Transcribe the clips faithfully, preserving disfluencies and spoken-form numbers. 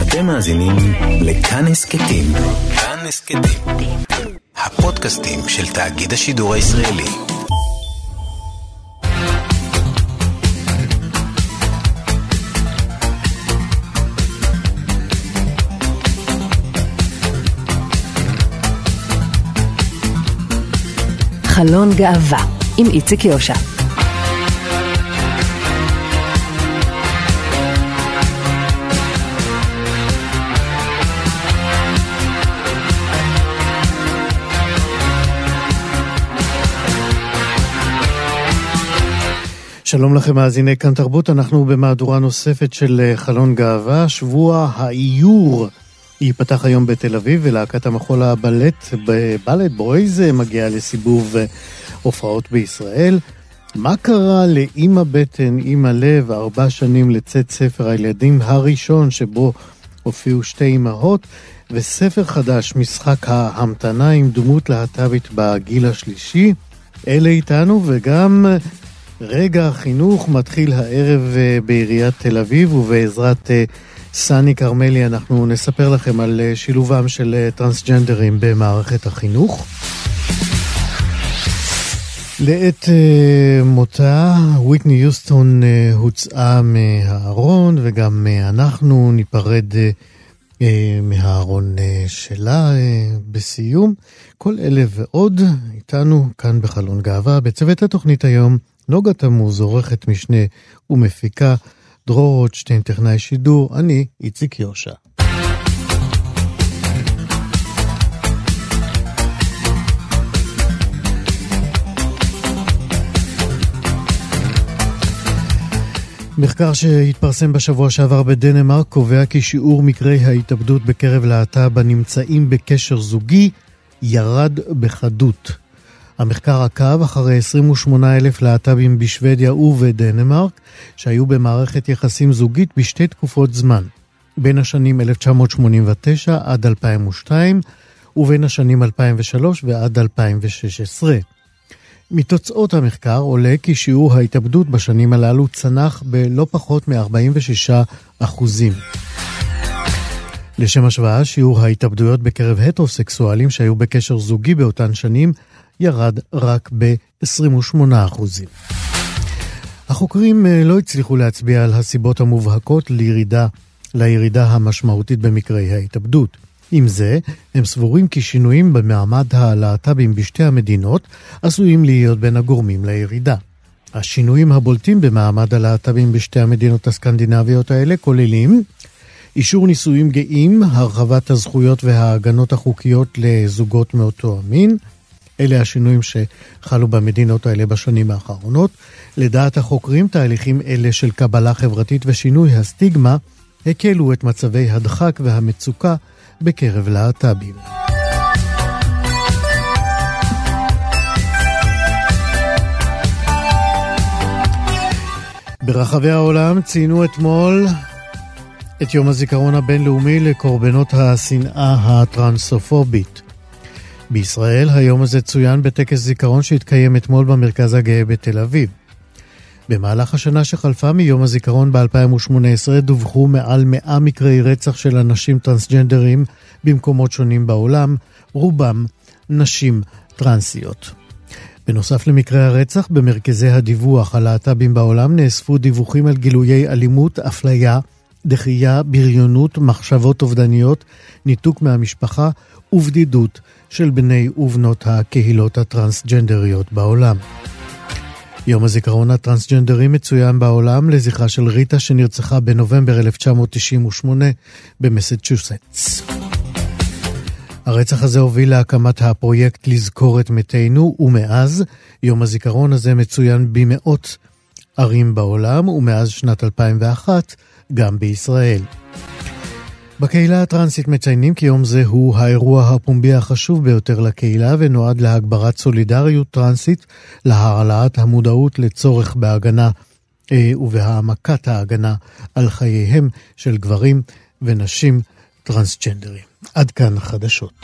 אתם מאזינים לכאן הסכתים. כאן הסכתים, הפודקאסטים של תאגיד השידור הישראלי. חלון גאווה עם איציק יושע. שלום לכם מאזיני כאן תרבות, אנחנו במהדורה נוספת של חלון גאווה. שבוע האיור ייפתח היום בתל אביב, ולהקת המחול הבלט בבלט בויז מגיעה לסיבוב הופעות בישראל. מה קרה לאמא בטן, אמא לב, ארבע שנים לצאת ספר הילדים הראשון שבו הופיעו שתי אמהות, וספר חדש, משחק ההמתנה עם דמות להט"בית בגיל השלישי. אלה איתנו, וגם רגע החינוך מתחיל הערב בעיריית תל אביב, ובעזרת סני קרמלי אנחנו נספר לכם על שילובם של טרנסג'נדרים במערכת החינוך. לעת מותה וויטני יוסטון הוצאה מהארון, וגם אנחנו ניפרד מהארון שלה בסיום. כל אלה ועוד איתנו כאן בחלון גאווה. בצוות התוכנית היום נוגה תמוז, עורכת משנה ומפיקה, דרור רוטשטיין, טכנאי שידור, אני איציק יושע. מחקר שהתפרסם בשבוע שעבר בדנמרק קובע כי שיעור מקרי ההתאבדות בקרב להט"ב הנמצאים בקשר זוגי ירד בחדות. המחקר עקב אחרי עשרים ושמונה אלף להט"בים בשוודיה ובדנמרק שהיו במערכת יחסים זוגית בשתי תקופות זמן, בין השנים אלף תשע מאות שמונים ותשע עד אלפיים ושתיים ובין השנים אלפיים ושלוש ועד אלפיים ושש עשרה. מתוצאות המחקר עולה כי שיעור ההתאבדות בשנים הללו צנח בלא פחות מ-ארבעים ושישה אחוזים. לשם השוואה, שיעור ההתאבדויות בקרב הטרוסקסואלים שהיו בקשר זוגי באותן שנים ירד רק ב-עשרים ושמונה אחוזים. החוקרים לא הצליחו להצביע על הסיבות המובהקות לירידה, לירידה המשמעותית במקרי ההתאבדות. עם זה, הם סבורים כי שינויים במעמד הלהט"בים בשתי המדינות עשויים להיות בין הגורמים לירידה. השינויים הבולטים במעמד הלהט"בים בשתי המדינות הסקנדינביות האלה כוללים אישור נישואים גאים, הרחבת הזכויות וההגנות החוקיות לזוגות מאותו המין. אלה השינויים שחלו במדינות האלה בשנים האחרונות. לדעת החוקרים, תהליכים אלה של קבלה חברתית ושינוי הסטיגמה הקלו את מצבי הדחק והמצוקה בקרב להט"בים. ברחבי העולם ציינו אתמול את יום הזיכרון הבינלאומי לקורבנות השנאה הטרנסופובית. בישראל היום הזה צוין בטקס זיכרון שהתקיים אתמול במרכז הגאה בתל אביב. במהלך השנה שחלפה מיום הזיכרון ב-אלפיים ושמונה עשרה דווחו מעל מאה מקרי רצח של אנשים טרנסג'נדרים במקומות שונים בעולם, רובם נשים טרנסיות. בנוסף למקרי הרצח, במרכזי הדיווח על להט"בים בעולם נאספו דיווחים על גילויי אלימות, אפליה, דחייה, בריונות, מחשבות אובדניות, ניתוק מהמשפחה ובדידות של בני ובנות הקהילות הטרנסג'נדריות בעולם. יום הזיכרון הטרנסג'נדרי מצוין בעולם לזכרה של ריטה שנרצחה בנובמבר אלף תשע מאות תשעים ושמונה במסצ'וסטס. הרצח הזה הוביל להקמת הפרויקט לזכור את מתינו, ומאז יום הזיכרון הזה מצוין במאות ערים בעולם, ומאז שנת אלפיים ואחת גם בישראל. בקהילה הטרנסית מציינים כי יום זה הוא האירוע הפומבי החשוב ביותר לקהילה, ונועד להגברת סולידריות טרנסית, להעלאת המודעות לצורך בהגנה אה, ובהעמקת ההגנה על חייהם של גברים ונשים טרנסג'נדרים. עד כאן חדשות.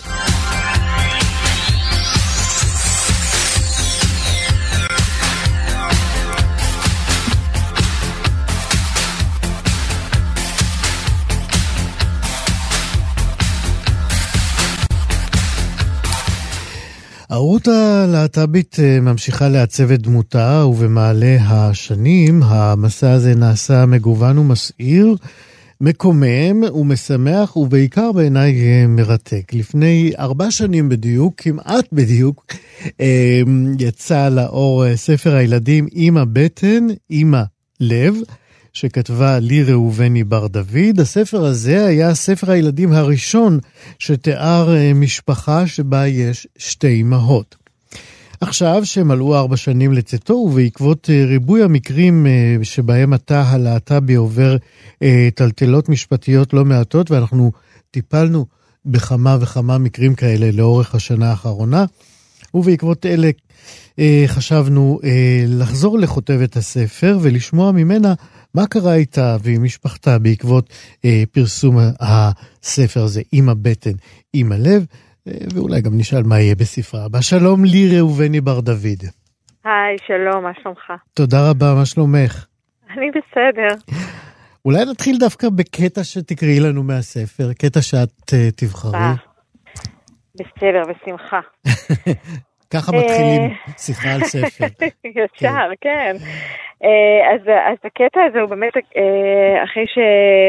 ההורות הלהט"בית ממשיכה לעצב את דמותה, ובמעלה השנים המסע הזה נעשה מגוון ומסעיר, מקומם ומשמח, ובעיקר בעיניי מרתק. לפני ארבע שנים בדיוק, כמעט בדיוק, יצא לאור ספר הילדים אמא בטן, אמא לב, שכתבה לי ראובני בר דוד. הספר הזה היה ספר הילדים הראשון שתיאר משפחה שבה יש שתי אמהות. עכשיו שמלאו ארבע שנים לצאתו, ובעקבות ריבוי המקרים שבהם התא הלהט"בי עובר טלטלות משפטיות לא מעטות, ואנחנו טיפלנו בכמה וכמה מקרים כאלה לאורך השנה האחרונה, ובעקבות אלה חשבנו לחזור לכותבת הספר ולשמוע ממנה מה קרה איתה ועם משפחתה בעקבות פרסום הספר הזה, אמא בטן, אמא לב, ואולי גם נשאל מה יהיה בספרה. בשלום לי ראובני בר דוד. היי, שלום, מה שלומך? תודה רבה, מה שלומך? אני בסדר. אולי נתחיל דווקא בקטע שתקראי לנו מהספר, קטע שאת uh, תבחרי. בסדר, בשמחה. ככה מתחילים שיחה על ספר. ישר, כן. אז, אז הקטע הזה הוא באמת אחרי ש...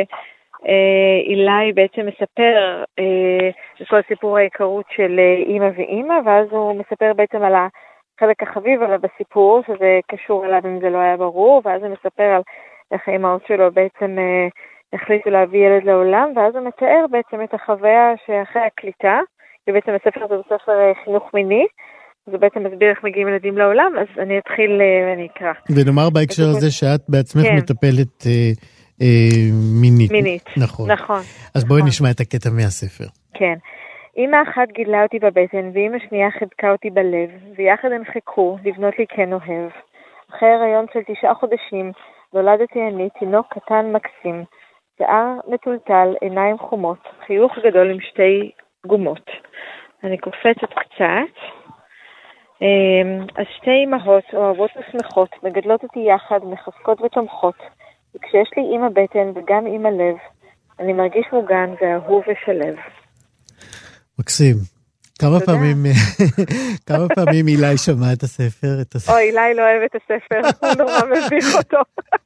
אילי בעצם מספר את כל סיפור ההיכרות של אמא ואמא, ואז הוא מספר בעצם על החלק החביב עליו בסיפור, שזה קשור אליו אם זה לא היה ברור, ואז הוא מספר על איך האמהות שלו בעצם החליטו להביא ילד לעולם, ואז הוא מתאר בעצם את החוויה שאחרי הקליטה, ובעצם הספר הזה הוא ספר חינוך מיני, זה בעצם מסביר איך מגיעים ילדים לעולם, אז אני אתחיל ואני אקרא. ונאמר בהקשר הזה שאת בעצמך כן. מטפלת... אה, מינית. מינית. נכון. נכון. אז בואי נכון. נשמע את הקטע מהספר. כן. אמא אחת גידלה אותי בבטן, ואמא שנייה חדקה אותי בלב, ויחד הם חיכו לבנות לי כן אוהב. אחרי הריון של תשעה חודשים, נולדתי אני תינוק קטן מקסים, שיער מטולטל, עיניים חומות, חיוך גדול עם שתי גומות. אני קופצת קצת. אז שתי אמהות אוהבות ושמחות, מגדלות אותי יחד, מחזקות ותומכות. וכשיש לי אמא בטן וגם אמא לב, אני מרגיש מוגן ואהוב ושלב. מקסים. כמה פעמים, כמה פעמים אילי שמע את הספר? או, אילי לא אוהב את הספר, הוא נורא מביך אותו.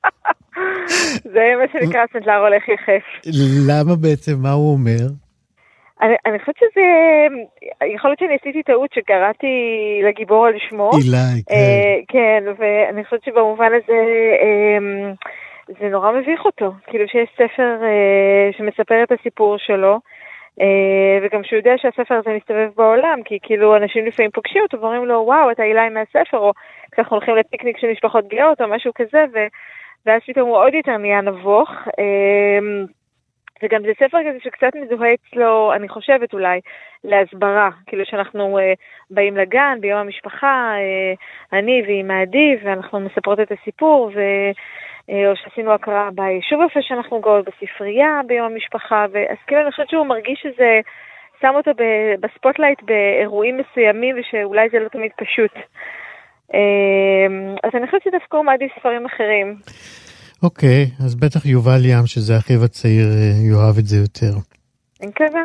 זה מה שנקרא סנדלר הולך יחף. למה בעצם? מה הוא אומר? אני, אני חושבת שזה, יכול להיות שאני עשיתי טעות שקראתי לגיבור על שמו. אילי, כן. אה, כן, ואני חושבת שבמובן הזה, אה, זה נורא מביך אותו. כאילו שיש ספר אה, שמספר את הסיפור שלו, אה, וגם שהוא יודע שהספר הזה מסתובב בעולם, כי כאילו אנשים לפעמים פוגשים אותו ואומרים לו, וואו, אתה אילי מהספר, או כשאנחנו הולכים לפיקניק של משפחות גאות, או משהו כזה, ו, ואז פתאום הוא עוד יותר נהיה נבוך. אה, וגם זה ספר כזה שקצת מזוהה אצלו, אני חושבת אולי, להסברה. כאילו שאנחנו אה, באים לגן ביום המשפחה, אה, אני ועם עדי, ואנחנו מספרות את הסיפור, ו, אה, או שעשינו הקראה ביישוב איפה שאנחנו גאות, בספרייה ביום המשפחה, ואז כאילו אני חושבת שהוא מרגיש שזה, שם אותו ב, בספוטלייט באירועים מסוימים, ושאולי זה לא תמיד פשוט. אה, אז אני חושבת שדווקא הוא מעדיף ספרים אחרים. אוקיי, אז בטח יובל ים, שזה אחיו הצעיר, יאהב את זה יותר. אין כזה.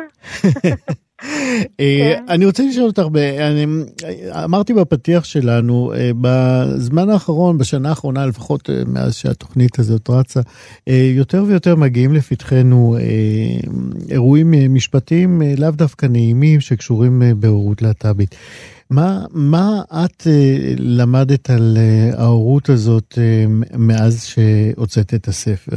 אני רוצה לשאול אותך, אמרתי בפתיח שלנו, בזמן האחרון, בשנה האחרונה, לפחות מאז שהתוכנית הזאת רצה, יותר ויותר מגיעים לפתחנו אירועים משפטיים לאו דווקא נעימים שקשורים בהורות להט"בית. מה, מה את uh, למדת על uh, ההורות הזאת uh, מאז שהוצאת את הספר?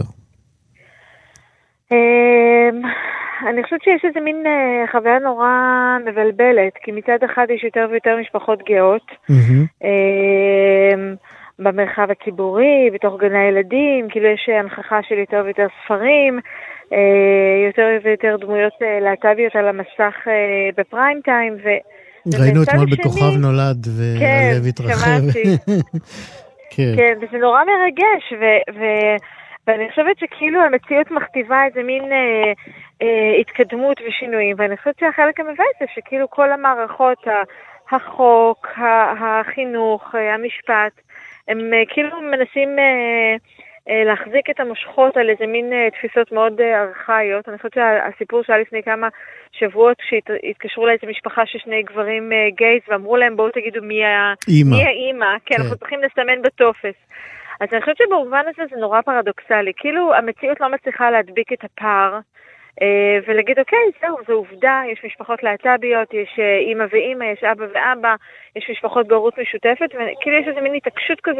Um, אני חושבת שיש איזה מין uh, חוויה נורא מבלבלת, כי מצד אחד יש יותר ויותר משפחות גאות, mm-hmm. um, במרחב הציבורי, בתוך גני הילדים, כאילו יש הנכחה של יותר ויותר ספרים, uh, יותר ויותר דמויות uh, להט"ביות על המסך uh, בפריים טיים, ו... ראינו אתמול בכוכב נולד והלב התרחב. כן, כן, וזה נורא מרגש, ואני חושבת שכאילו המציאות מכתיבה איזה מין התקדמות ושינויים, ואני חושבת שהחלק המבאס זה שכאילו כל המערכות, החוק, החינוך, המשפט, הם כאילו מנסים להחזיק את המושכות על איזה מין תפיסות מאוד ארכאיות. אני חושבת שהסיפור שהיה לפני כמה שבועות, שהתקשרו לאיזה משפחה של שני גברים גייז, ואמרו להם בואו תגידו מי האימא, כן, אנחנו צריכים לסמן בטופס. אז אני חושבת שבמובן הזה זה נורא פרדוקסלי, כאילו המציאות לא מצליחה להדביק את הפער, ולהגיד אוקיי, זהו, זו עובדה, יש משפחות להט"ביות, יש אימא ואימא, יש אבא ואבא, יש משפחות בהורות משותפת, וכאילו יש איזה מין התעקשות כזאת,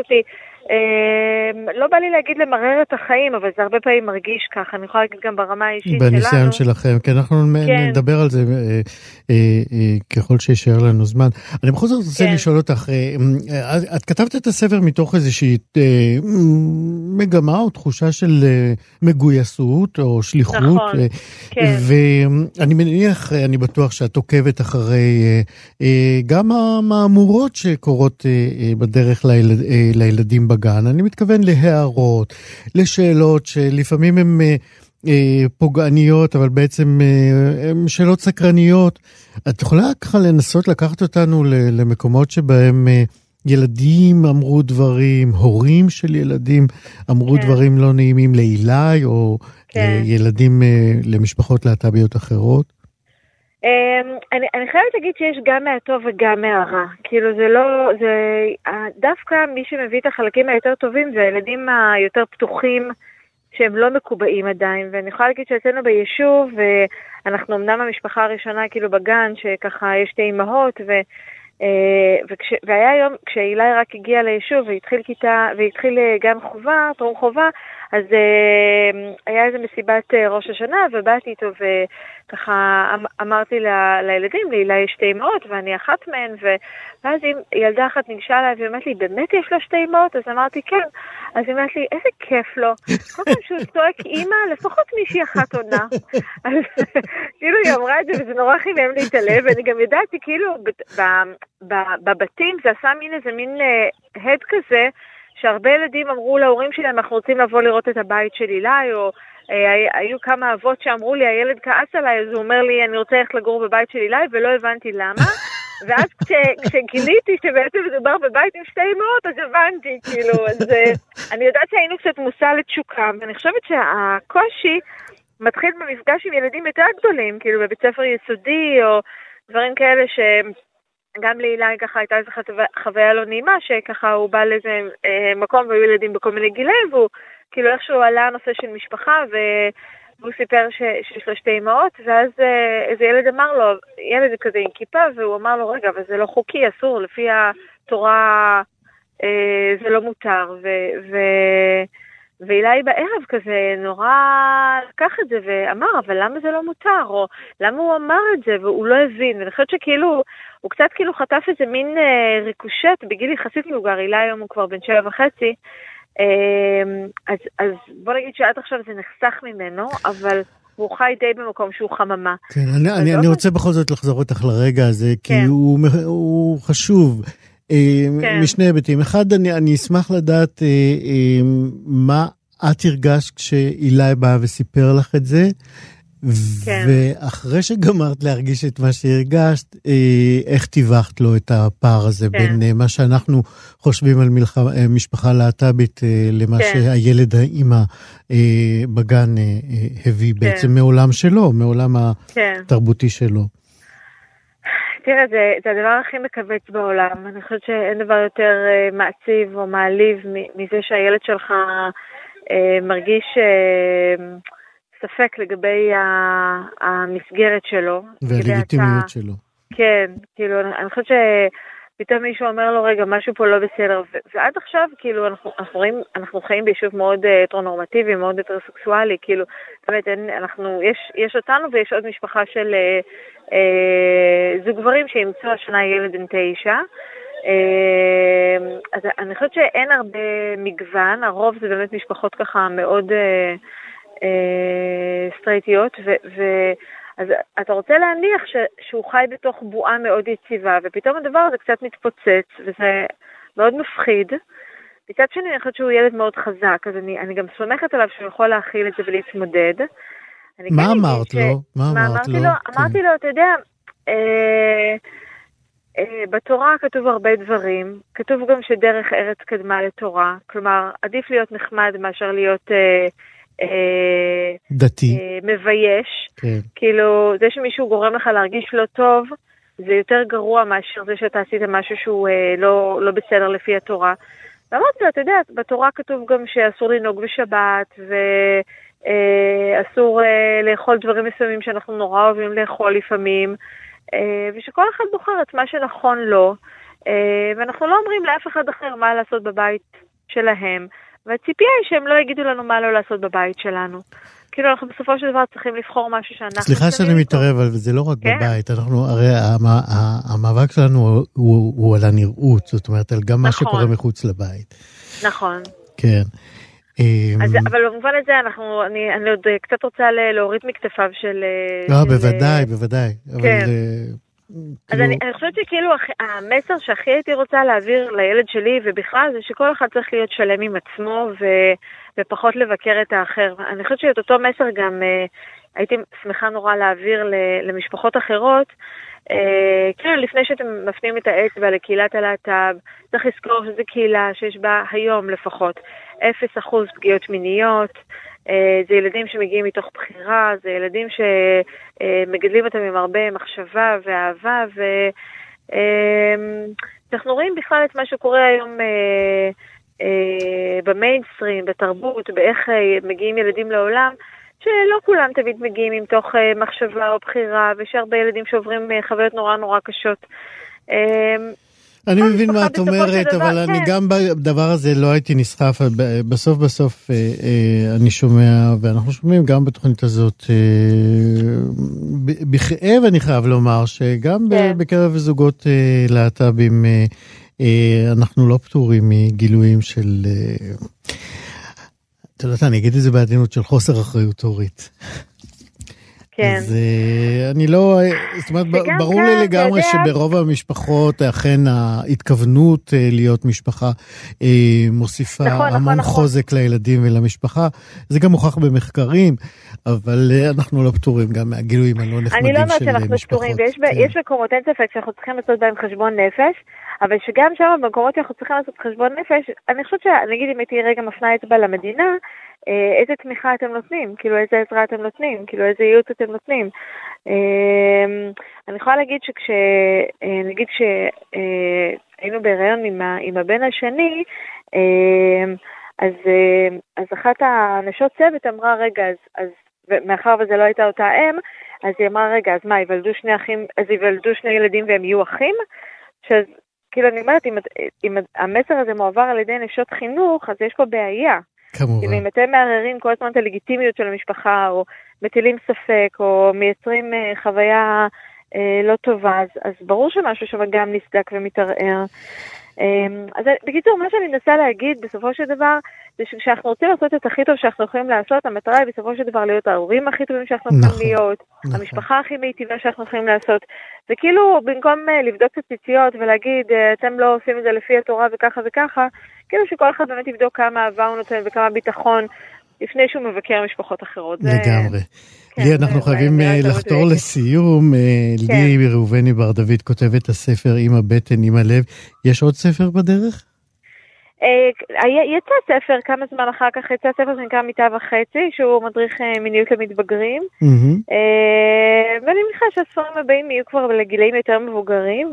לא בא לי להגיד למרר את החיים, אבל זה הרבה פעמים מרגיש ככה, אני יכולה להגיד גם ברמה האישית שלנו. בניסיון שלכם, כי אנחנו נדבר על זה ככל שישאר לנו זמן. אני בכל זאת רוצה לשאול אותך, את כתבת את הספר מתוך איזושהי מגמה או תחושה של מגויסות או שליחות, נכון, כן. ואני מניח, אני בטוח שאת עוקבת אחרי גם המאמורות שקורות בדרך לילדים בגן. אני מתכוון להערות, לשאלות שלפעמים הן פוגעניות, אבל בעצם הן שאלות סקרניות. את יכולה ככה לנסות לקחת אותנו למקומות שבהם ילדים אמרו דברים, הורים של ילדים אמרו כן. דברים לא נעימים לאילי, או כן. ילדים למשפחות להט"ביות אחרות? אני, אני חייבת להגיד שיש גם מהטוב וגם מהרע. כאילו זה לא, זה, דווקא מי שמביא את החלקים היותר טובים זה הילדים היותר פתוחים שהם לא מקובעים עדיין. ואני יכולה להגיד שאצלנו ביישוב, ואנחנו אמנם המשפחה הראשונה כאילו בגן, שככה יש שתי אמהות, ו... וכש, והיה היום, כשאילי רק הגיע ליישוב והתחיל כיתה, והתחיל גן חובה, טרום חובה, אז היה איזה מסיבת ראש השנה, ובאתי איתו וככה אמרתי ל, לילדים, לאילי יש שתי אמהות ואני אחת מהן, ואז ילדה אחת ניגשה אליי ואומרת לי, באמת יש לה שתי אמהות? אז אמרתי כן. אז היא אומרת לי, איזה כיף לו, כל פעם שהוא צועק אימא, לפחות מישהי אחת עונה. אז כאילו היא אמרה את זה וזה נורא חימם לי את הלב, ואני גם ידעתי כאילו בבתים זה עשה מין איזה מין הד כזה, שהרבה ילדים אמרו להורים שלהם, אנחנו רוצים לבוא לראות את הבית של אילי, או אה, היו כמה אבות שאמרו לי, הילד כעס עליי, אז הוא אומר לי, אני רוצה ללכת לגור בבית של אילי, ולא הבנתי למה. ואז כש, כשגיליתי שבעצם מדובר בבית עם שתי אמהות, אז הבנתי, כאילו, אז אני יודעת שהיינו קצת מושא לתשוקה, ואני חושבת שהקושי מתחיל במפגש עם ילדים יותר גדולים, כאילו בבית ספר יסודי, או דברים כאלה ש... גם לאילי ככה הייתה איזו חוויה לא נעימה, שככה הוא בא לאיזה אה, מקום והיו ילדים בכל מיני גילים, והוא כאילו איכשהו עלה הנושא של משפחה, והוא סיפר ש, שיש לו שתי אמהות, ואז אה, איזה ילד אמר לו, ילד כזה עם כיפה, והוא אמר לו, רגע, אבל זה לא חוקי, אסור, לפי התורה אה, זה לא מותר, ו... ו ואילי בערב כזה נורא לקח את זה ואמר, אבל למה זה לא מותר? או למה הוא אמר את זה והוא לא הבין? ואני חושבת שכאילו, הוא קצת כאילו חטף איזה מין אה, ריקושט בגיל יחסית מבוגר, אילי היום הוא כבר בן שבע וחצי, אה, אז, אז בוא נגיד שעד עכשיו זה נחסך ממנו, אבל הוא חי די במקום שהוא חממה. כן, אני, אני, אני רוצה בכל זאת לחזור אותך לרגע הזה, כי כן. הוא, הוא חשוב. כן. משני היבטים. אחד, אני, אני אשמח לדעת אה, אה, מה את הרגשת כשאילי בא וסיפר לך את זה, כן. ואחרי שגמרת להרגיש את מה שהרגשת, אה, איך טיווחת לו את הפער הזה כן. בין אה, מה שאנחנו חושבים על מלח... אה, משפחה להט"בית אה, למה כן. שהילד האמא אה, בגן אה, אה, הביא כן. בעצם מעולם שלו, מעולם כן. התרבותי שלו. תראה, זה, זה הדבר הכי מקבץ בעולם. אני חושבת שאין דבר יותר uh, מעציב או מעליב מזה שהילד שלך uh, מרגיש uh, ספק לגבי ה- המסגרת שלו. והלגיטימיות אתה... שלו. כן, כאילו, אני חושבת שפתאום מישהו אומר לו, רגע, משהו פה לא בסדר. ו- ועד עכשיו, כאילו, אנחנו, אנחנו, רואים, אנחנו חיים ביישוב מאוד uh, הטרונורמטיבי, מאוד הטרוסקסואלי, כאילו, באמת, אין, אנחנו, יש, יש אותנו ויש עוד משפחה של... Uh, Uh, זוג גברים שימצאו השנה ילד בן תשע, uh, אז אני חושבת שאין הרבה מגוון, הרוב זה באמת משפחות ככה מאוד uh, uh, סטרייטיות, אז אתה רוצה להניח ש- שהוא חי בתוך בועה מאוד יציבה, ופתאום הדבר הזה קצת מתפוצץ, וזה מאוד מפחיד. מצד שני אני חושבת שהוא ילד מאוד חזק, אז אני, אני גם סומכת עליו שהוא יכול להכיל את זה ולהתמודד. מה אמרת לו? מה אמרתי לו? אמרתי לו, אתה יודע, בתורה כתוב הרבה דברים, כתוב גם שדרך ארץ קדמה לתורה, כלומר, עדיף להיות נחמד מאשר להיות דתי, מבייש, כן. כאילו, זה שמישהו גורם לך להרגיש לא טוב, זה יותר גרוע מאשר זה שאתה עשית משהו שהוא לא, לא בסדר לפי התורה. למרות זה, אתה יודע, בתורה כתוב גם שאסור לנהוג בשבת, ואסור לאכול דברים מסוימים שאנחנו נורא אוהבים לאכול לפעמים, ושכל אחד בוחר את מה שנכון לו, ואנחנו לא אומרים לאף אחד אחר מה לעשות בבית שלהם, והציפייה היא שהם לא יגידו לנו מה לא לעשות בבית שלנו. כאילו אנחנו בסופו של דבר צריכים לבחור משהו שאנחנו... סליחה שאני מתערב, אבל זה לא רק בבית, אנחנו, הרי המאבק שלנו הוא על הנראות, זאת אומרת, על גם מה שקורה מחוץ לבית. נכון. כן. אבל במובן הזה אנחנו, אני עוד קצת רוצה להוריד מכתפיו של... לא, בוודאי, בוודאי. כן. אז אני, אני חושבת שכאילו המסר שהכי הייתי רוצה להעביר לילד שלי ובכלל זה שכל אחד צריך להיות שלם עם עצמו ו, ופחות לבקר את האחר. אני חושבת שאת אותו מסר גם הייתי שמחה נורא להעביר למשפחות אחרות, כאילו לפני שאתם מפנים את האצבע לקהילת הלהט"ב, צריך לזכור שזו קהילה שיש בה היום לפחות אפס אחוז פגיעות מיניות, זה ילדים שמגיעים מתוך בחירה, זה ילדים שמגדלים אותם עם הרבה מחשבה ואהבה, ואנחנו רואים בכלל את מה שקורה היום במיינסטרים, בתרבות, באיך מגיעים ילדים לעולם, שלא כולם תמיד מגיעים עם תוך מחשבה או בחירה, ויש הרבה ילדים שעוברים חוויות נורא נורא קשות. אני מבין מה את אומרת, אבל אני גם בדבר הזה לא הייתי נסחף, בסוף בסוף אני שומע, ואנחנו שומעים גם בתוכנית הזאת, בכאב אני חייב לומר, שגם בקרב זוגות להט"בים, אנחנו לא פטורים מגילויים של, אתה יודעת, אני אגיד את זה בעדינות של חוסר אחריות הורית. כן. אז אני לא, זאת אומרת, ברור לי לגמרי שברוב המשפחות, אכן ההתכוונות להיות משפחה מוסיפה המון חוזק לילדים ולמשפחה. זה גם מוכח במחקרים, אבל אנחנו לא פטורים גם מהגילויים הלא נחמדים של משפחות. אני לא אומרת שאנחנו פטורים, ויש מקומות, אין ספק שאנחנו צריכים לעשות בהם חשבון נפש, אבל שגם שם במקומות שאנחנו צריכים לעשות חשבון נפש, אני חושבת שנגיד אם הייתי רגע מפנה אצבע למדינה, איזה תמיכה אתם נותנים, כאילו איזה עזרה אתם נותנים, כאילו איזה ייעוץ אתם נותנים. אני יכולה להגיד שכש, נגיד שהיינו בהיריון עם, עם הבן השני, אז, אז אחת הנשות צוות אמרה, רגע, אז, אז מאחר וזה לא הייתה אותה אם, אז היא אמרה, רגע, אז מה, יוולדו שני אחים, אז יוולדו שני ילדים והם יהיו אחים? שאז, כאילו אני אומרת, אם, אם המסר הזה מועבר על ידי נשות חינוך, אז יש פה בעיה. כמובן. אם אתם מערערים כל הזמן את הלגיטימיות של המשפחה, או מטילים ספק, או מייצרים חוויה לא טובה, אז, אז ברור שמשהו שם גם נסדק ומתערער. אז בקיצור, מה שאני מנסה להגיד בסופו של דבר, זה שכשאנחנו רוצים לעשות את הכי טוב שאנחנו יכולים לעשות, המטרה היא בסופו של דבר להיות ההורים הכי טובים שאנחנו יכולים נכון, להיות, נכון. המשפחה הכי מיטיבה שאנחנו יכולים לעשות. זה כאילו, במקום לבדוק את הציציות ולהגיד, אתם לא עושים את זה לפי התורה וככה וככה, כאילו שכל אחד באמת יבדוק כמה אהבה הוא נותן וכמה ביטחון, לפני שהוא מבקר משפחות אחרות. לגמרי. לי אנחנו חייבים לחתור לסיום. לי ראובני בר דוד כותב את הספר עם הבטן, עם הלב. יש עוד ספר בדרך? יצא ספר, כמה זמן אחר כך יצא ספר שנקרא מיטה וחצי, שהוא מדריך מיניות למתבגרים. ואני מניחה שהספרים הבאים יהיו כבר לגילאים יותר מבוגרים.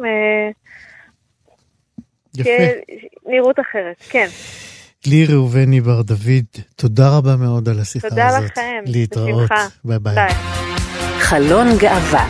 יפה. נראות אחרת, כן. לי ראובני בר דוד, תודה רבה מאוד על השיחה הזאת. תודה לכם. להתראות. ביי ביי. חלון גאווה.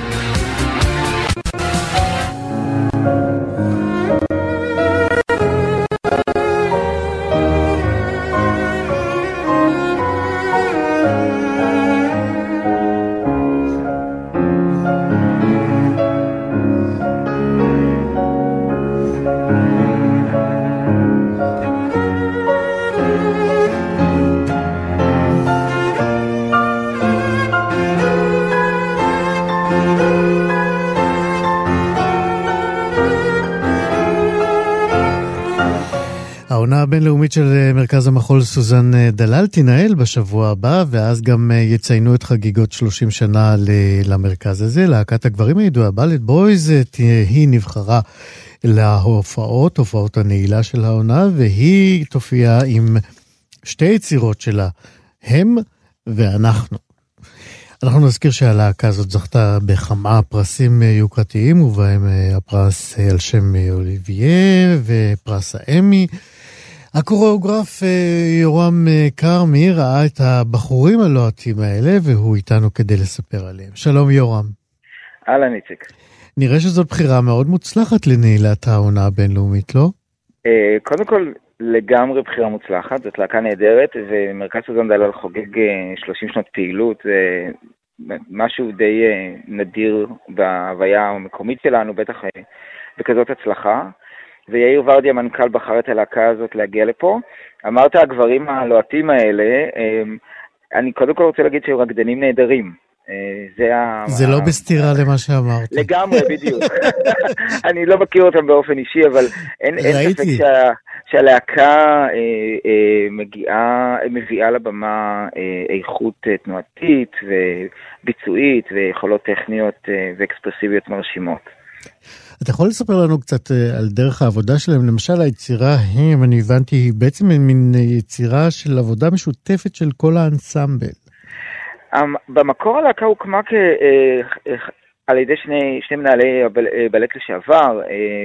הבינלאומית של מרכז המחול סוזן דלל תנהל בשבוע הבא, ואז גם יציינו את חגיגות שלושים שנה למרכז הזה. להקת הגברים הידועה בלט בויז, היא נבחרה להופעות, הופעות הנעילה של העונה, והיא תופיע עם שתי יצירות שלה, הם ואנחנו. אנחנו נזכיר שהלהקה הזאת זכתה בכמה פרסים יוקרתיים, ובהם הפרס על שם אוליביה ופרס האמי. הקוריאוגרף יורם קרמי ראה את הבחורים הלוהטים האלה, והוא איתנו כדי לספר עליהם. שלום יורם. אהלן איציק. נראה שזאת בחירה מאוד מוצלחת לנעילת העונה הבינלאומית, לא? קודם כל, לגמרי בחירה מוצלחת, זאת להקה נהדרת, ומרכז סוזן דלל חוגג שלושים שנות פעילות, זה משהו די נדיר בהוויה המקומית שלנו, בטח בכזאת הצלחה. ויאיר ורדי המנכ"ל בחר את הלהקה הזאת להגיע לפה. אמרת הגברים הלוהטים האלה, אני קודם כל רוצה להגיד שהם רקדנים נהדרים. זה, ה... זה לא בסתירה למה שאמרת. לגמרי, בדיוק. אני לא מכיר אותם באופן אישי, אבל אין, אין ספק שה... שהלהקה אה, אה, מגיעה, מביאה לבמה אה, איכות אה, תנועתית וביצועית ויכולות טכניות אה, ואקספרסיביות מרשימות. אתה יכול לספר לנו קצת על דרך העבודה שלהם? למשל, היצירה הם, אני הבנתי, היא בעצם מין יצירה של עבודה משותפת של כל האנסמבל. במקור הלהקה הוקמה כ... על ידי שני, שני מנהלי בלט לשעבר,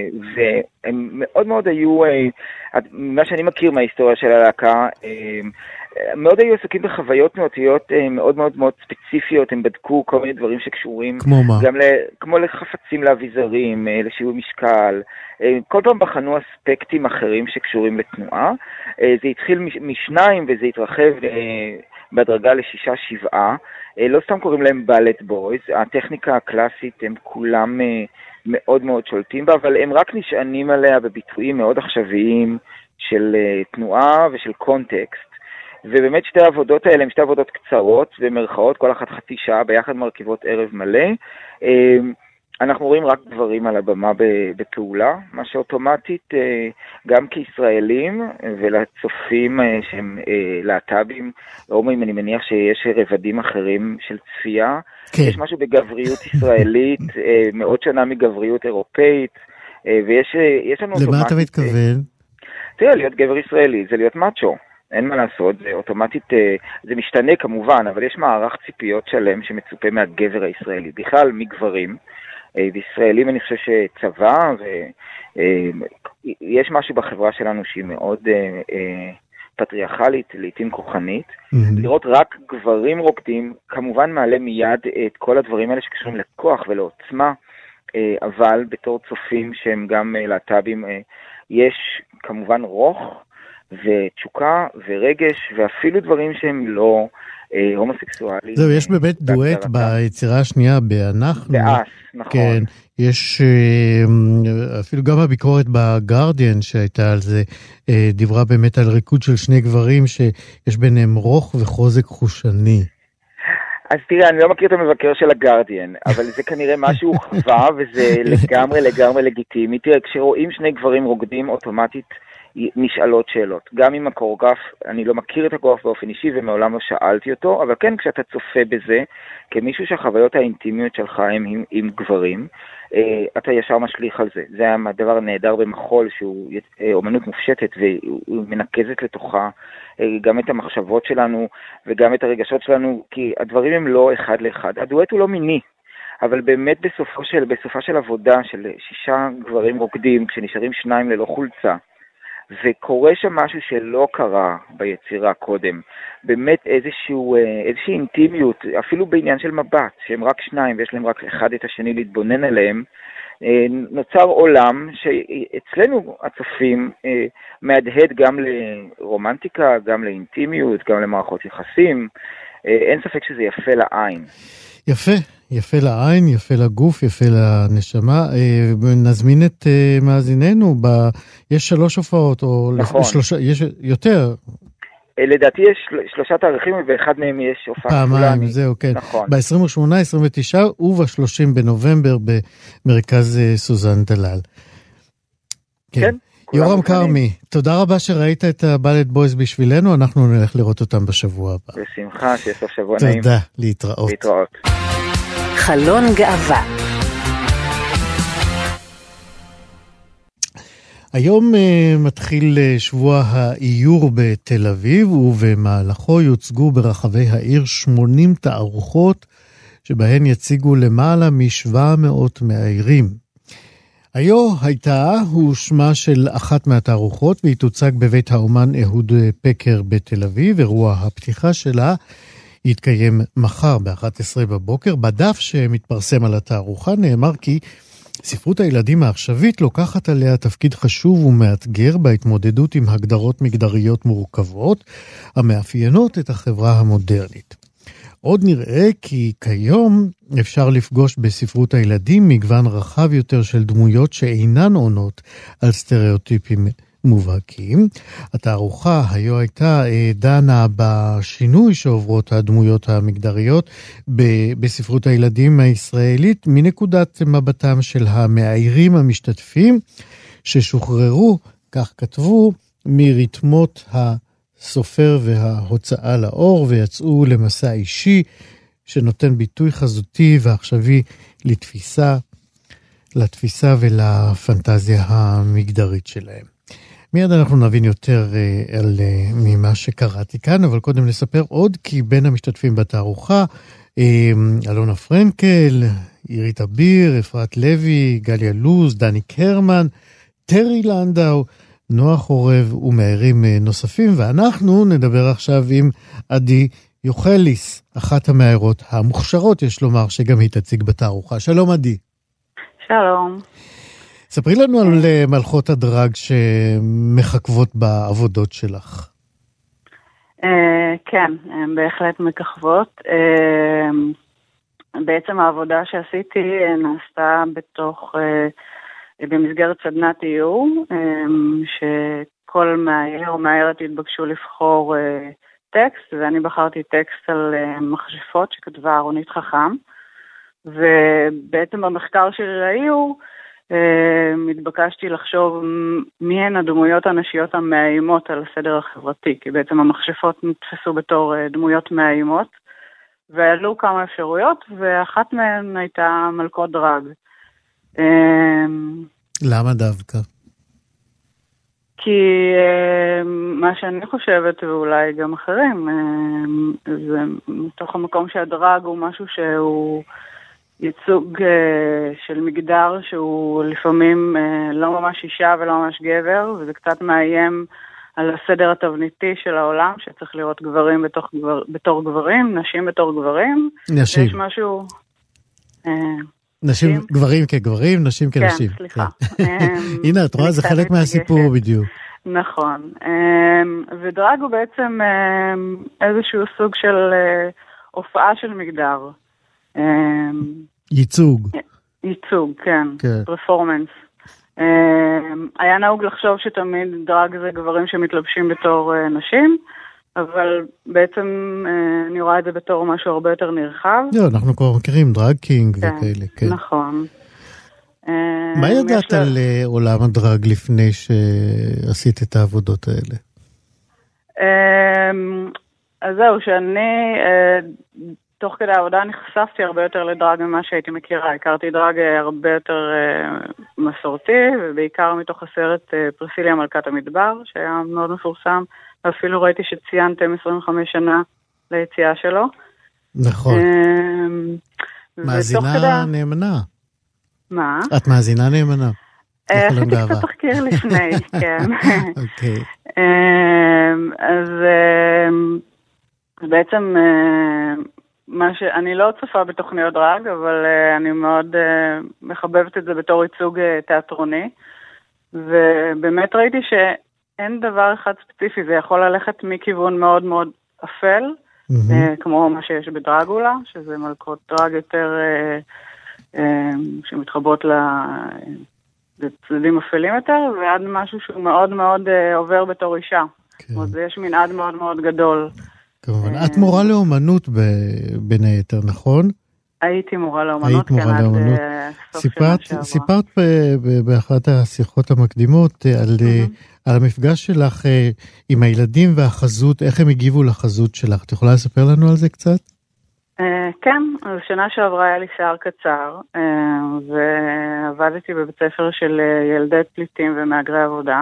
והם מאוד מאוד היו, מה שאני מכיר מההיסטוריה של הלהקה, מאוד היו עסוקים בחוויות תנועתיות מאוד מאוד מאוד ספציפיות. הם בדקו כל מיני דברים שקשורים, כמו מה? גם ל, כמו לחפצים לאביזרים, לשיווי משקל, כל פעם בחנו אספקטים אחרים שקשורים לתנועה. זה התחיל משניים וזה התרחב בהדרגה לשישה שבעה, לא סתם קוראים להם בלט בויז, הטכניקה הקלאסית הם כולם מאוד מאוד שולטים בה, אבל הם רק נשענים עליה בביטויים מאוד עכשוויים של תנועה ושל קונטקסט, ובאמת שתי העבודות האלה הם שתי עבודות קצרות במרכאות, כל אחת חצי שעה, ביחד מרכיבות ערב מלא. אנחנו רואים רק דברים על הבמה בפעולה, מה שאוטומטית גם כישראלים ולצופים שהם להט"בים, הומואים, אני מניח שיש רבדים אחרים של צפייה. כן. יש משהו בגבריות ישראלית מאוד שונה מגבריות אירופאית, ויש יש לנו אוטומטית... למה אתה מתכוון? תראה, להיות גבר ישראלי זה להיות מאצ'ו. אין מה לעשות, זה אוטומטית, זה משתנה כמובן, אבל יש מערך ציפיות שלם שמצופה מהגבר הישראלי, בכלל מגברים. בישראלים אני חושב שצבא, ויש משהו בחברה שלנו שהיא מאוד פטריארכלית, לעתים כוחנית. Mm-hmm. לראות רק גברים רוקדים, כמובן מעלה מיד את כל הדברים האלה שקשורים לכוח ולעוצמה, אבל בתור צופים שהם גם להט"בים, יש כמובן רוך ותשוקה ורגש, ואפילו דברים שהם לא אה, הומוסקסואליים. זהו, יש באמת דואט ביצירה השנייה, באנחנו. באס, נכון. כן, יש אה, אפילו גם הביקורת בגרדיאן שהייתה על זה, אה, דיברה באמת על ריקוד של שני גברים שיש ביניהם רוך וחוזק חושני. אז תראה, אני לא מכיר את המבקר של הגרדיאן, אבל זה כנראה משהו חווה, וזה לגמרי לגמרי לגיטימי. תראה, כשרואים שני גברים רוקדים, אוטומטית נשאלות שאלות. גם עם הקוריאוגרף, אני לא מכיר את הקוריאוגרף באופן אישי ומעולם לא שאלתי אותו, אבל כן, כשאתה צופה בזה, כמישהו שהחוויות האינטימיות שלך הם עם, עם גברים, אתה ישר משליך על זה. זה הדבר הנהדר במחול, שהוא אומנות מופשטת והוא מנקזת לתוכה גם את המחשבות שלנו וגם את הרגשות שלנו, כי הדברים הם לא אחד לאחד. הדואט הוא לא מיני, אבל באמת בסופו של, בסופה של עבודה של שישה גברים רוקדים, כשנשארים שניים ללא חולצה, וקורה שם משהו שלא קרה ביצירה קודם, באמת איזשהו, איזושהי אינטימיות, אפילו בעניין של מבט, שהם רק שניים ויש להם רק אחד את השני להתבונן עליהם, נוצר עולם שאצלנו הצופים מהדהד גם לרומנטיקה, גם לאינטימיות, גם למערכות יחסים. אין ספק שזה יפה לעין. יפה, יפה לעין, יפה לגוף, יפה לנשמה. נזמין את מאזיננו, ב... יש שלוש הופעות, או נכון. שלוש... יש יותר. לדעתי יש שלושה תאריכים, ואחד מהם יש הופעה. פעמיים, זהו, כן. נכון. ב-עשרים ושמונה, עשרים ותשע וב-שלושים בנובמבר במרכז סוזן דלל. כן. כן. יורם כרמי, תודה רבה שראית את הבלט בויז בשבילנו, אנחנו נלך לראות אותם בשבוע הבא. בשמחה, שיהיה סוף שבוע נעים. תודה, להתראות. להתראות. חלון גאווה. היום uh, מתחיל uh, שבוע האיור בתל אביב, ובמהלכו יוצגו ברחבי העיר שמונים תערוכות, שבהן יציגו למעלה משבע מאות מאיירים. היו הייתה הוא שמה של אחת מהתערוכות, והיא תוצג בבית האומן אהוד פקר בתל אביב. אירוע הפתיחה שלה יתקיים מחר ב-אחת עשרה בבוקר. בדף שמתפרסם על התערוכה נאמר כי ספרות הילדים העכשווית לוקחת עליה תפקיד חשוב ומאתגר בהתמודדות עם הגדרות מגדריות מורכבות המאפיינות את החברה המודרנית. עוד נראה כי כיום אפשר לפגוש בספרות הילדים מגוון רחב יותר של דמויות שאינן עונות על סטריאוטיפים מובהקים. התערוכה היו הייתה דנה בשינוי שעוברות הדמויות המגדריות בספרות הילדים הישראלית מנקודת מבטם של המאיירים המשתתפים ששוחררו, כך כתבו, מריתמות הסופר וההוצאה לאור ויצאו למסע אישי שנותן ביטוי חזותי ועכשווי לתפיסה, לתפיסה ולפנטזיה המגדרית שלהם. מיד אנחנו נבין יותר uh, על uh, ממה שקראתי כאן, אבל קודם נספר עוד כי בין המשתתפים בתערוכה, uh, אלונה פרנקל, עירית אביר, אפרת לוי, גליה לוז, דני קרמן, טרי לנדאו, נועה חורב ומאיירים uh, נוספים, ואנחנו נדבר עכשיו עם עדי יוחליס, אחת המאיירות המוכשרות, יש לומר, שגם היא תציג בתערוכה. שלום עדי. שלום. ספרי לנו על מלכות הדרג שמחכבות בעבודות שלך. כן, הן בהחלט מככבות. בעצם העבודה שעשיתי נעשתה בתוך, במסגרת סדנת איור, שכל מאייר או מאיירת התבקשו לבחור טקסט, ואני בחרתי טקסט על מכשפות שכתבה ארונית חכם, ובעצם במחקר שלי לאיור, מתבקשתי לחשוב מי הן הדמויות הנשיות המאיימות על הסדר החברתי, כי בעצם המכשפות נתפסו בתור דמויות מאיימות, ועלו כמה אפשרויות, ואחת מהן הייתה מלכות דרג. למה דווקא? כי מה שאני חושבת, ואולי גם אחרים, זה מתוך המקום שהדרג הוא משהו שהוא ייצוג של מגדר שהוא לפעמים לא ממש אישה ולא ממש גבר, וזה קצת מאיים על הסדר התבניתי של העולם, שצריך לראות גברים בתוך גבר, בתור גברים, נשים בתור גברים. נשים. יש משהו... נשים, גברים כגברים, נשים כנשים. כן, סליחה. הנה, את רואה, זה חלק מהסיפור בדיוק. נכון. ודרג הוא בעצם איזשהו סוג של הופעה של מגדר. ייצוג. ייצוג, כן. פרפורמנס. היה נהוג לחשוב שתמיד דרג זה גברים שמתלבשים בתור נשים, אבל בעצם אני רואה את זה בתור משהו הרבה יותר נרחב. לא, אנחנו כבר מכירים דרג קינג וכאלה, כן. נכון. מה ידעת על עולם הדרג לפני שעשית את העבודות האלה? אז זהו, שאני... תוך כדי העבודה נחשפתי הרבה יותר לדרג ממה שהייתי מכירה. הכרתי דרג הרבה יותר מסורתי, ובעיקר מתוך הסרט פרסיליה מלכת המדבר, שהיה מאוד מפורסם, ואפילו ראיתי שציינתם עשרים וחמש שנה ליציאה שלו. נכון. מאזינה כדי... נאמנה. מה? את מאזינה נאמנה. עשיתי קצת תחקיר לפני, כן. אוקיי. אז בעצם... מה ש... אני לא צופה בתוכניות דרג, אבל uh, אני מאוד uh, מחבבת את זה בתור ייצוג uh, תיאטרוני, ובאמת ראיתי שאין דבר אחד ספציפי, זה יכול ללכת מכיוון מאוד מאוד אפל, mm-hmm. uh, כמו מה שיש בדרגולה, שזה מלכות דרג יותר uh, uh, שמתחברות לצדדים אפלים יותר, ועד משהו שהוא מאוד מאוד uh, עובר בתור אישה. כן. זאת אומרת, יש מנעד מאוד מאוד גדול. כמובן, את מורה לאומנות בין היתר, נכון? הייתי מורה לאמנות, היית מורה לאמנות. סיפרת, סיפרת באחת השיחות המקדימות על, על המפגש שלך עם הילדים והחזות, איך הם הגיבו לחזות שלך. את יכולה לספר לנו על זה קצת? כן, שנה שעברה היה לי שיער קצר, ועבדתי בבית ספר של ילדי פליטים ומהגרי עבודה,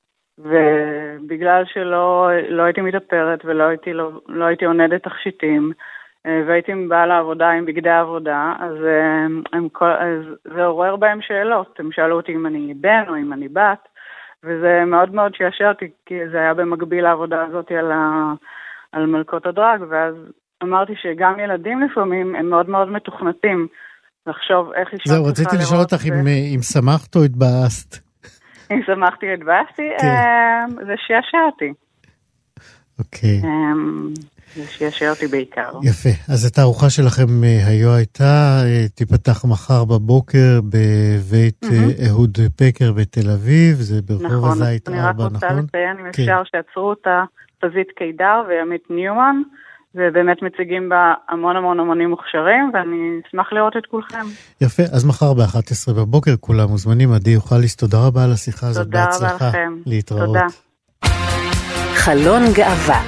ובגלל שלא לא הייתי מתאפרת ולא הייתי, לא, לא הייתי עונדת תכשיטים, והייתי באה לעבודה עם בגדי עבודה, אז, הם, כל, אז זה עורר בהם שאלות. הם שאלו אותי אם אני בן או אם אני בת, וזה מאוד מאוד שישר אותי, כי זה היה במקביל לעבודה הזאת על, ה, על מלכות הדרג, ואז אמרתי שגם ילדים לפעמים הם מאוד מאוד מתוכנתים לחשוב איך אישה... זהו, רציתי לשאול אותך אם, אם שמחת או התבאסת. אם שמחתי או התבאסתי, כן. זה שישע אותי. אוקיי. זה שישע אותי בעיקר. יפה. אז התערוכה שלכם היו הייתה, תיפתח מחר בבוקר בבית mm-hmm. אהוד פקר בתל אביב, זה ברחוב נכון, הזית ארבע, נכון? נכון? אני רק רוצה לציין אם כן. אפשר שעצרו אותה פזית קידר וימית ניומן, ובאמת מציגים בה המון המון אמנים מוכשרים, ואני אשמח לראות את כולכם. יפה, אז מחר ב-אחת עשרה בבוקר כולם מוזמנים. עדי יוחליס, תודה רבה על השיחה הזאת, בהצלחה. תודה רבה לכם. להתראות. תודה. חלון גאווה.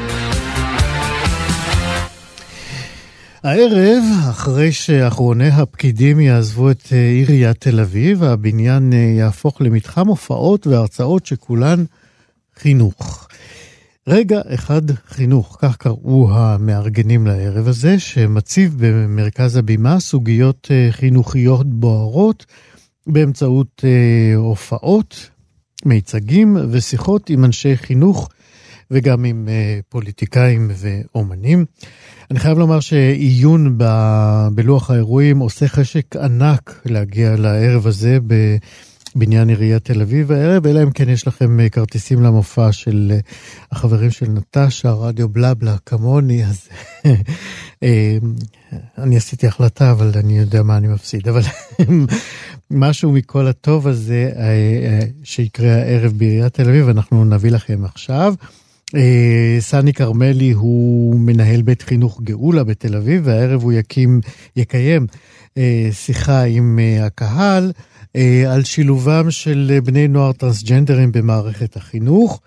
הערב, אחרי שאחרוני הפקידים יעזבו את עיריית תל אביב, הבניין יהפוך למתחם הופעות והרצאות שכולן חינוך. רגע אחד חינוך, כך קראו המארגנים לערב הזה, שמציב במרכז הבימה סוגיות חינוכיות בוערות, באמצעות הופעות, מיצגים ושיחות עם אנשי חינוך, וגם עם פוליטיקאים ואומנים. אני חייב לומר שעיון ב- בלוח האירועים עושה חשק ענק להגיע לערב הזה בבניין עיריית תל אביב הערב, אלא אם כן יש לכם כרטיסים למופע של החברים של נטשה, רדיו בלבלה כמוני, אז אני עשיתי החלטה, אבל אני יודע מה אני מפסיד, אבל משהו מכל הטוב הזה שיקרה הערב בעיריית תל אביב, אנחנו נביא לכם עכשיו. סני קרמלי הוא מנהל בית חינוך גאולה בתל אביב, והערב הוא יקים, יקיים שיחה עם הקהל על שילובם של בני נוער טרנסג'נדרים במערכת החינוך.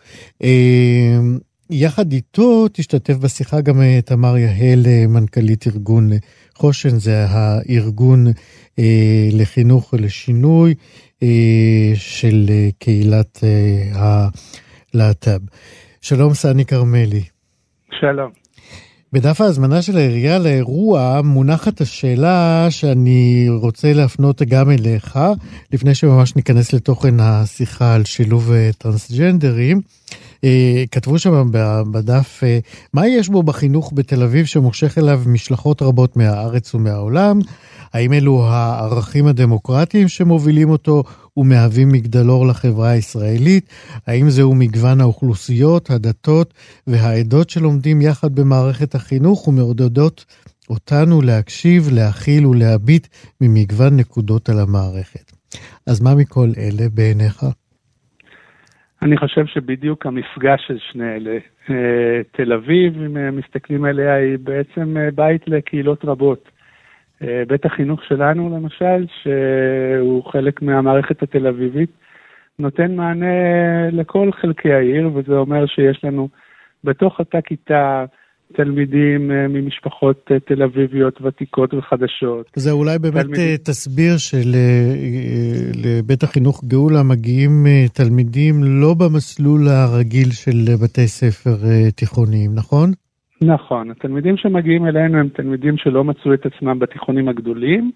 יחד איתו תשתתף בשיחה גם תמר יהל, מנכ"לית ארגון חושן, זה הארגון לחינוך ולשינוי של קהילת הלהט"ב. שלום סני קרמלי. שלום. בדף ההזמנה של העירייה לאירוע מונחת השאלה שאני רוצה להפנות גם אליך, לפני שממש ניכנס לתוכן השיחה על שילוב טרנסג'נדרים. כתבו שם בדף, מה יש בו בחינוך בתל אביב שמושך אליו משלחות רבות מהארץ ומהעולם? האם אלו הערכים הדמוקרטיים שמובילים אותו ומהווים מגדלור לחברה הישראלית? האם זהו מגוון האוכלוסיות, הדתות והעדות שלומדים יחד במערכת החינוך ומעודדות אותנו להקשיב, להכיל ולהביט ממגוון נקודות על המערכת? אז מה מכל אלה בעיניך? אני חושב שבדיוק המפגש של שני אלה, תל אביב, אם מסתכלים עליה, היא בעצם בית לקהילות רבות. בית החינוך שלנו, למשל, שהוא חלק מהמערכת התל אביבית, נותן מענה לכל חלקי העיר, וזה אומר שיש לנו בתוך אותה כיתה תלמידים ממשפחות תל אביביות ותיקות וחדשות. זה אולי באמת תלמידים... תסביר שלבית החינוך גאולה מגיעים תלמידים לא במסלול הרגיל של בתי ספר תיכוניים, נכון? נכון, התלמידים שמגיעים אלינו הם תלמידים שלא מצאו את עצמם בתיכונים הגדולים,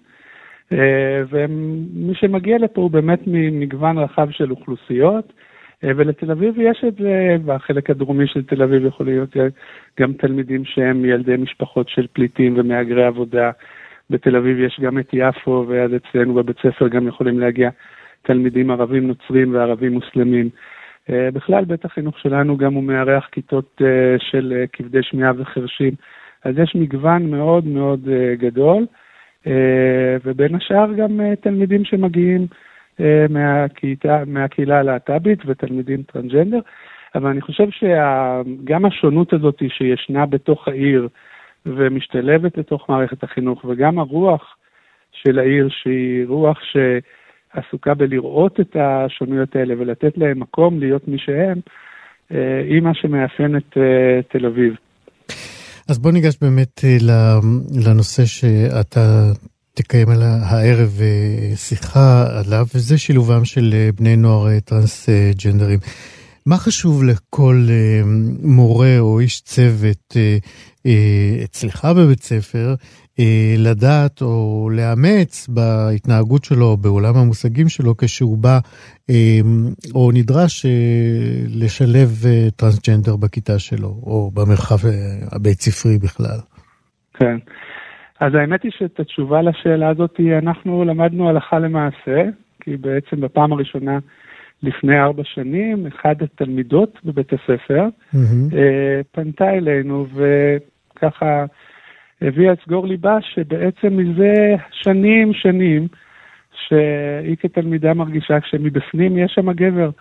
ומי שמגיע לפה הוא באמת ממגוון רחב של אוכלוסיות, ולתל אביב יש את זה, והחלק הדרומי של תל אביב יכול להיות גם תלמידים שהם ילדי משפחות של פליטים ומהגרי עבודה. בתל אביב יש גם את יפו, ועד אצלנו בבית ספר גם יכולים להגיע תלמידים ערבים נוצרים וערבים מוסלמים. בכלל בית החינוך שלנו גם הוא מארח כיתות של כבדי שמיעה וחרשים, אז יש מגוון מאוד מאוד גדול, ובין השאר גם תלמידים שמגיעים מהקהילה, מהקהילה הלהט"בית ותלמידים טרנסג'נדר, אבל אני חושב שגם השונות הזאת שישנה בתוך העיר, ומשתלבת לתוך מערכת החינוך, וגם הרוח של העיר, שהיא רוח שעסוקה בלראות את השונויות האלה, ולתת להם מקום להיות מי שהם, היא מה שמאפיין את תל אביב. אז בוא ניגש באמת לנושא שאתה תקיים על הערב שיחה עליו, וזה שילובם של בני נוער טרנסג'נדרים. מה חשוב לכל מורה או איש צוות אצלך בבית ספר לדעת או לאמץ בהתנהגות שלו או בעולם המושגים שלו כשהוא בא או נדרש לשלב טרנסג'נדר בכיתה שלו או במרחב הבית ספרי בכלל? כן. אז האמת היא שאת התשובה לשאלה הזאת אנחנו למדנו הלכה למעשה, כי בעצם בפעם הראשונה לפני ארבע שנים, אחד התלמידות בבית הספר mm-hmm. פנתה אלינו וככה הביאה את סגור ליבה שבעצם מזה שנים שנים שהיא כתלמידה מרגישה כשמבפנים יש שם גבר,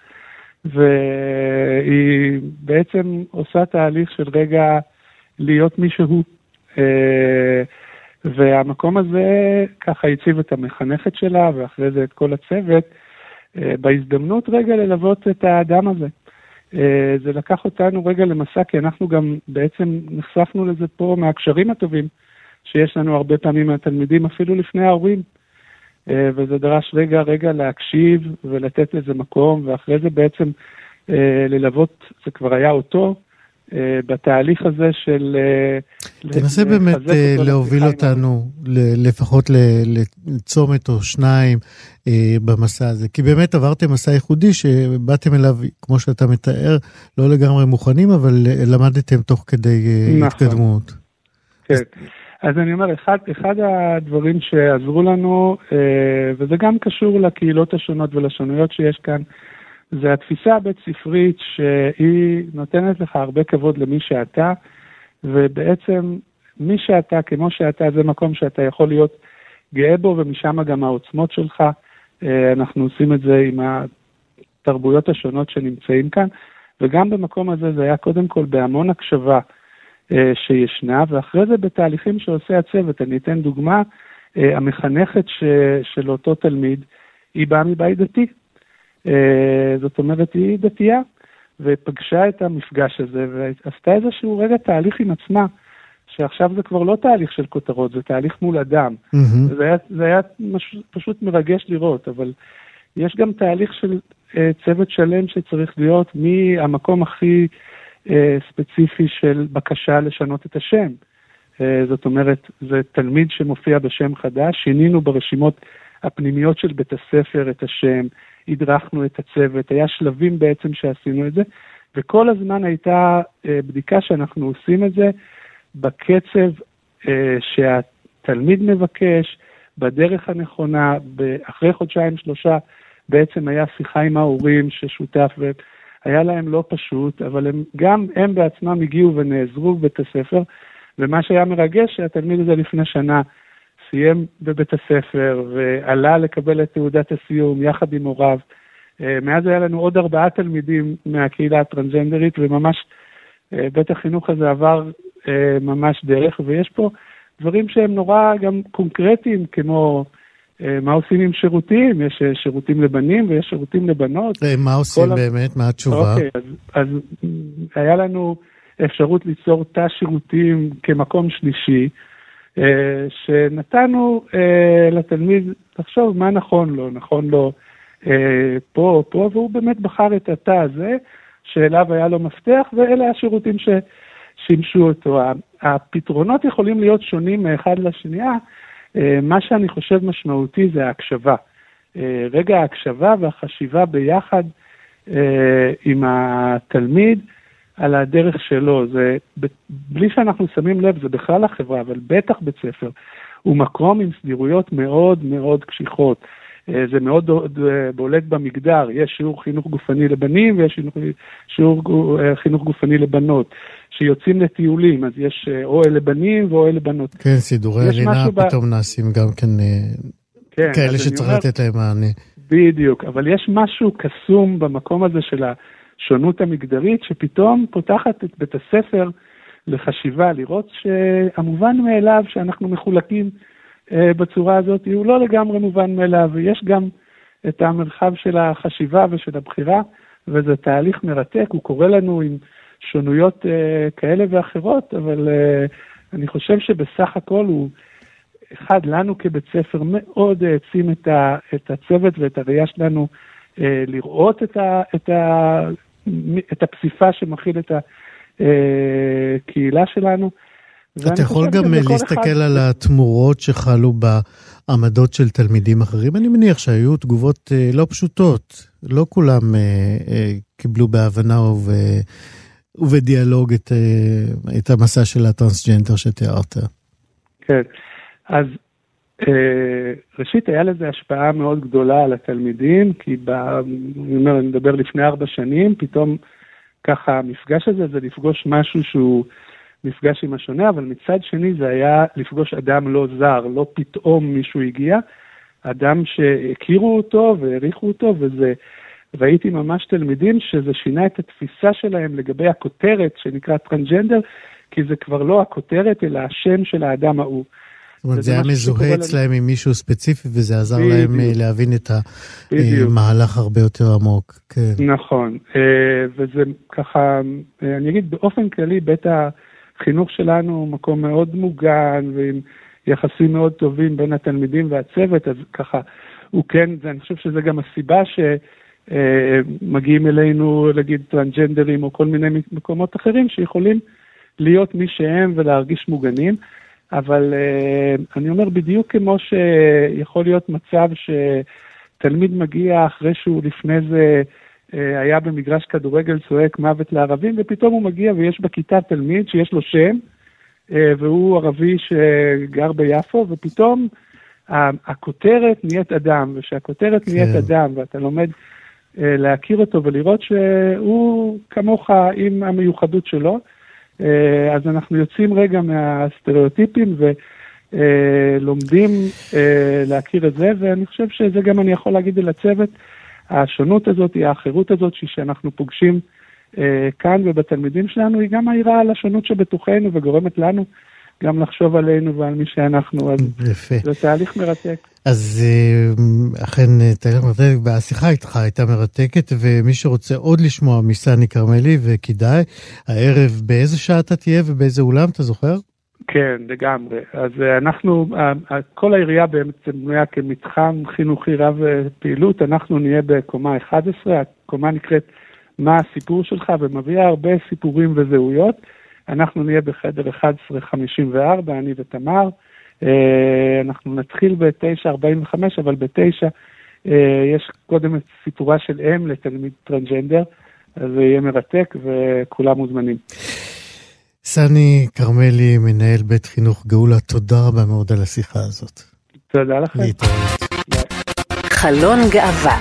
והיא בעצם עושה תהליך של רגע להיות מישהו, והמקום הזה ככה הציב את המחנכת שלה ואחרי זה את כל הצוות בהזדמנות רגע ללוות את האדם הזה. זה לקח אותנו רגע למסע, כי אנחנו גם בעצם נחשפנו לזה פה מהקשרים הטובים שיש לנו הרבה פעמים מהתלמידים, אפילו לפני ההורים. וזה דרש רגע רגע להקשיב ולתת לזה מקום, ואחרי זה בעצם ללוות, זה כבר היה אותו, בתהליך הזה של... תנסה באמת להוביל אותנו, לפחות לצומת או שניים במסע הזה, כי באמת עברתם מסע ייחודי שבאתם אליו, כמו שאתה מתאר, לא לגמרי מוכנים, אבל למדתם תוך כדי התקדמות. כן, אז אני אומר, אחד, אחד הדברים שעזרו לנו, וזה גם קשור לקהילות השונות ולשונויות שיש כאן, זה התפיסה הבית ספרית שהיא נותנת לך הרבה כבוד למי שאתה, ובעצם מי שאתה, כמו שאתה, זה מקום שאתה יכול להיות גאה בו, ומשם גם העוצמות שלך. אנחנו עושים את זה עם התרבויות השונות שנמצאים כאן, וגם במקום הזה זה היה קודם כל בהמון הקשבה שישנה, ואחרי זה בתהליכים שעושה הצוות. אני אתן דוגמה, המחנכת של אותו תלמיד, היא באה מבית דתי. זאת אומרת, היא דתייה, ופגשה את המפגש הזה, ועשתה איזשהו רגע תהליך עם עצמה, שעכשיו זה כבר לא תהליך של כותרות, זה תהליך מול אדם. Mm-hmm. זה היה, זה היה מש, פשוט מרגש לראות, אבל יש גם תהליך של uh, צוות שלם שצריך להיות מהמקום הכי uh, ספציפי של בקשה לשנות את השם. Uh, זאת אומרת, זה תלמיד שמופיע בשם חדש, שינינו ברשימות הפנימיות של בית הספר את השם, הדרכנו את הצוות, היה שלבים בעצם שעשינו את זה, וכל הזמן הייתה אה, בדיקה שאנחנו עושים את זה בקצב אה, שהתלמיד מבקש, בדרך הנכונה, אחרי חודשיים שלושה בעצם היה שיחה עם ההורים ששותף, והיה להם לא פשוט, אבל הם, גם הם בעצמם הגיעו ונעזרו בבית הספר, ומה שהיה מרגש שהתלמיד הזה לפני שנה סיים בבית הספר ועלה לקבל את תעודת הסיום יחד עם הוריו. מאז היה לנו עוד ארבעה תלמידים מהקהילה הטרנסג'נדרית, וממש בית החינוך הזה עבר ממש דרך, ויש פה דברים שהם נורא גם קונקרטיים, כמו מה עושים עם שירותים, יש שירותים לבנים ויש שירותים לבנות. מה עושים באמת? מה התשובה? אוקיי, אז, אז היה לנו אפשרות ליצור תא שירותים כמקום שלישי, שנתנו לתלמיד לחשוב מה נכון לו, נכון לו פה או פה, והוא באמת בחר את התא הזה, שאליו היה לו מפתח, ואלה השירותים ששימשו אותו. הפתרונות יכולים להיות שונים מאחד לשנייה, מה שאני חושב משמעותי זה ההקשבה. רגע ההקשבה והחשיבה ביחד עם התלמיד, על הדרך שלו, זה, בלי שאנחנו שמים לב, זה בכלל החברה, אבל בטח בית ספר, הוא מקום עם סדירויות מאוד מאוד קשיחות. זה מאוד בולט במגדר, יש שיעור חינוך גופני לבנים, ויש שיעור חינוך גופני לבנות, שיוצאים לטיולים, אז יש אוהל לבנים ואוהל לבנות. כן, סידורי הלינה פתאום ב... נעשים גם כן, כן כאלה שצריך לתת להם מענה. בדיוק, אבל יש משהו קסום במקום הזה של ה... שונות המגדרית, שפתאום פותחת את בית הספר לחשיבה, לראות שהמובן מאליו שאנחנו מחולקים בצורה הזאת, הוא לא לגמרי מובן מאליו, ויש גם את המרחב של החשיבה ושל הבחירה, וזה תהליך מרתק, הוא קורא לנו עם שונויות כאלה ואחרות, אבל אני חושב שבסך הכל הוא, אחד, לנו כבית ספר מאוד העצים את, ה, את הצוות ואת הראייה שלנו לראות את, ה, את, ה, את הפסיפה שמכיל את הקהילה שלנו. אתה יכול גם להסתכל אחד... על התמורות שחלו בעמדות של תלמידים אחרים. אני מניח שהיו תגובות לא פשוטות. לא כולם קיבלו בהבנה וב... ובדיאלוג את, את המסע של הטרנסג'נדר שתיארת. כן. אז ראשית היה לזה השפעה מאוד גדולה על התלמידים, כי ב... אני אומר, אני מדבר לפני ארבע שנים, פתאום ככה המפגש הזה זה לפגוש משהו שהוא מפגש עם השונה, אבל מצד שני זה היה לפגוש אדם לא זר, לא פתאום מישהו הגיע, אדם שהכירו אותו והעריכו אותו, וזה, ראיתי ממש תלמידים שזה שינה את התפיסה שלהם לגבי הכותרת שנקרא טרנסג'נדר, כי זה כבר לא הכותרת, אלא השם של האדם ההוא. זאת אומרת, זה היה מזוהה אצלהם עם מישהו ספציפי, וזה עזר להם להבין את המהלך הרבה יותר עמוק. נכון, וזה ככה, אני אגיד באופן כללי, בית החינוך שלנו הוא מקום מאוד מוגן, ועם יחסים מאוד טובים בין התלמידים והצוות, אז ככה, הוא כן, אני חושב שזה גם הסיבה שמגיעים אלינו, להגיד, טרנסג'נדרים, או כל מיני מקומות אחרים, שיכולים להיות מי שהם ולהרגיש מוגנים, אבל uh, אני אומר בדיוק כמו שיכול להיות מצב שתלמיד מגיע אחרי שהוא לפני זה uh, היה במגרש כדורגל צועק מוות לערבים, ופתאום הוא מגיע ויש בכיתה תלמיד שיש לו שם, uh, והוא ערבי שגר ביפו, ופתאום uh, הכותרת נהיית אדם, ושהכותרת כן. נהיית אדם, ואתה לומד uh, להכיר אותו ולראות שהוא כמוך עם המיוחדות שלו, אז אנחנו יוצאים רגע מהסטריאוטיפים ולומדים להכיר את זה, ואני חושב שזה גם אני יכול להגיד על הצוות, השונות הזאת, האחרות הזאת שאנחנו פוגשים כאן ובתלמידים שלנו, היא גם מהירה על השונות שבתוכנו וגורמת לנו גם לחשוב עלינו ועל מי שאנחנו, אז יפה. זה תהליך מרתק. אז אכן תהליך מרתק, והשיחה איתך הייתה מרתקת, ומי שרוצה עוד לשמוע מסני כרמלי, וכדאי, הערב באיזה שעה אתה תהיה ובאיזה אולם, אתה זוכר? כן, לגמרי. אז אנחנו, כל העירייה בעצם בנויה כמתחם חינוכי רב פעילות, אנחנו נהיה בקומה אחת עשרה, הקומה נקראת מה הסיפור שלך, ומביאה הרבה סיפורים וזהויות, אנחנו נהיה בחדר אחת עשרה חמישים וארבע, אני ותמר, אנחנו נתחיל ב-תשע ארבעים וחמש, אבל ב-תשע יש קודם את סיפורה של אם לתלמיד טרנסג'נדר, אז זה יהיה מרתק וכולם מוזמנים. סני כרמלי, מנהל בית חינוך גאולה, תודה רבה מאוד על השיחה הזאת. תודה לכם. להתראות. חלון גאווה.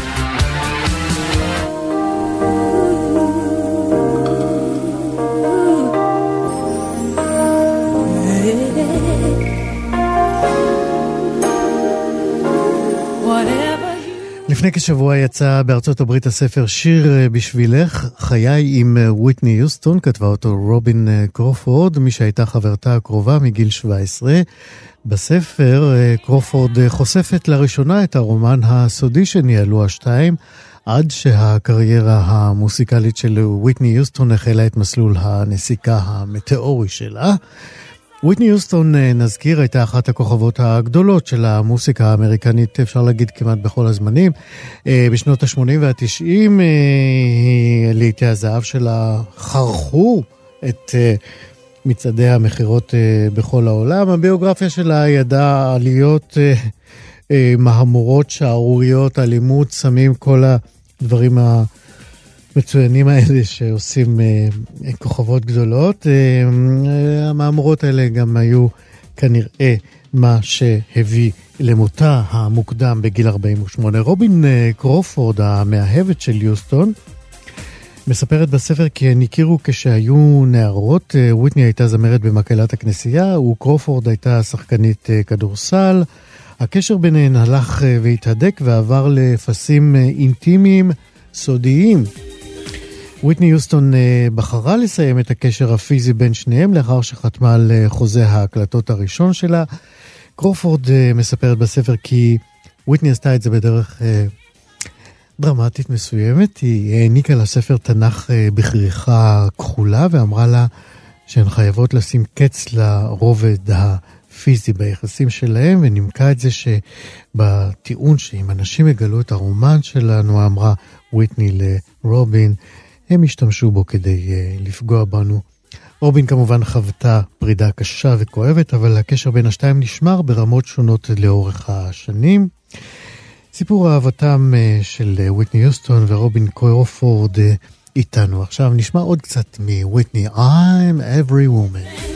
לפני כשבוע יצא בארצות הברית הספר שיר בשבילך, חיי עם וויטני יוסטון, כתבה אותו רובין קרופורד, מי שהייתה חברתה הקרובה מגיל שבע עשרה. בספר קרופורד חושפת לראשונה את הרומן הסודי שניהלו השתיים, עד שהקריירה המוסיקלית של וויטני יוסטון החלה את מסלול הנסיקה המטאורי שלה. וויטני יוסטון, נזכיר, הייתה אחת הכוכבות הגדולות של המוסיקה האמריקנית, אפשר להגיד כמעט בכל הזמנים. בשנות ה-שמונים וה-תשעים, לעיתי הזהב שלה חרכו את מצעדי המחירות בכל העולם. הביוגרפיה שלה ידעה עליות מהמורות, שערוריות, אלימות, סמים, כל הדברים ה... מצוינים האלה שעושים uh, כוכבות גדולות. Uh, המאמרות האלה גם היו כנראה מה שהביא למותה המוקדם בגיל ארבעים ושמונה. רובין uh, קרופורד, המאהבת של יוסטון, מספרת בספר כי הן הכירו כשהיו נערות. Uh, וויטני הייתה זמרת במקהלת הכנסייה, וקרופורד הייתה שחקנית uh, כדורסל. הקשר ביניהן הלך uh, והתהדק ועבר לפסים uh, אינטימיים סודיים. וויטני יוסטון בחרה לסיים את הקשר הפיזי בין שניהם לאחר שחתמה על חוזה ההקלטות הראשון שלה. קרופורד מספרת בספר כי וויטני עשתה את זה בדרך דרמטית מסוימת. היא העניקה לספר תנ"ך בכריכה כחולה ואמרה לה שהן חייבות לשים קץ לרובד הפיזי ביחסים שלהם, ונימקה את זה שבטיעון שאם אנשים יגלו את הרומן שלנו, אמרה וויטני לרובין, הם השתמשו בו כדי uh, לפגוע בנו. רובין כמובן חוותה פרידה קשה וכואבת, אבל הקשר בין השתיים נשמר ברמות שונות לאורך השנים. סיפור אהבתם uh, של uh, וויטני יוסטון ורובין קרופורד uh, איתנו. עכשיו נשמע עוד קצת מוויטני, I'm every woman.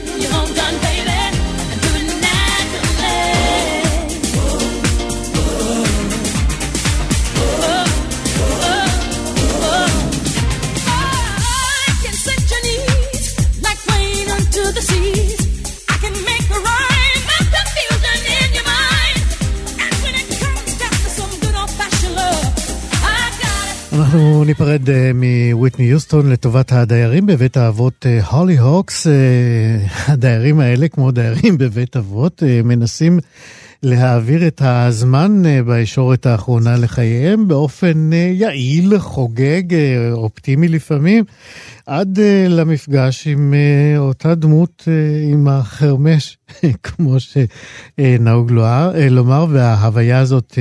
אנחנו ניפרד מוויטני יוסטון לטובת הדיירים בבית האבות הולי הוקס. הדיירים האלה, כמו דיירים בבית אבות, מנסים להעביר את הזמן בישורת האחרונה לחייהם באופן יעיל, חוגג, אופטימי לפעמים, עד למפגש עם אותה דמות עם החרמש, כמו שנהוג לומר, וההוויה הזאת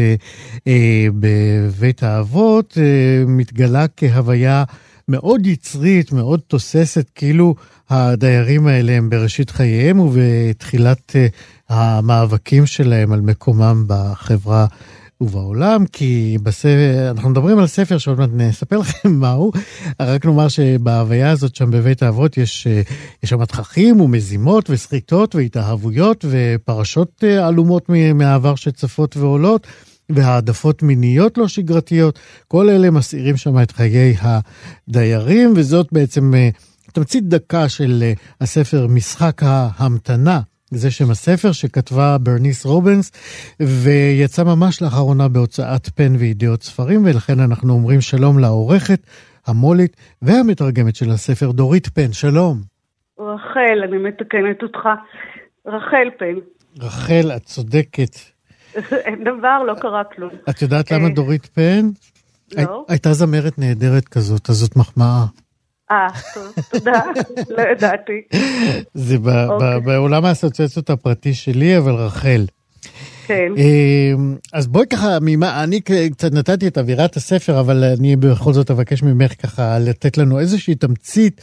בבית האבות מתגלה כהוויה מאוד יצרית, מאוד תוססת, כאילו הדיירים האלה הם בראשית חייהם ובתחילת המאבקים שלהם על מקומם בחברה ובעולם, כי בספר, אנחנו מדברים על ספר שעוד מעט נספר לכם מהו, רק נאמר שבהוויה הזאת שם בבית האבות יש, יש שם תככים ומזימות וסחיטות והתאהבויות ופרשות עלומות מהעבר שצפות ועולות, והעדפות מיניות לא שגרתיות, כל אלה מסעירים שם את חיי הדיירים, וזאת בעצם תמצית דקה של הספר משחק ההמתנה, זה שם הספר שכתבה ברניס רובנס, ויצא ממש לאחרונה בהוצאת פן וידיעות ספרים, ולכן אנחנו אומרים שלום לעורכת, המולית והמתרגמת של הספר, דורית פן. שלום. רחל, אני מתקנת אותך. רחל פן. רחל, את צודקת. אין דבר, לא קרה כלום. את יודעת למה דורית פן? לא. הייתה זמרת נהדרת כזאת, אז זאת מחמאה. אה, תודה, לא ידעתי. זה בעולם האסוציאציות הפרטי שלי, אבל רחל. כן. אז בואי ככה, אני קצת נתתי את אווירת הספר, אבל אני בכל זאת אבקש ממך ככה לתת לנו איזושהי תמצית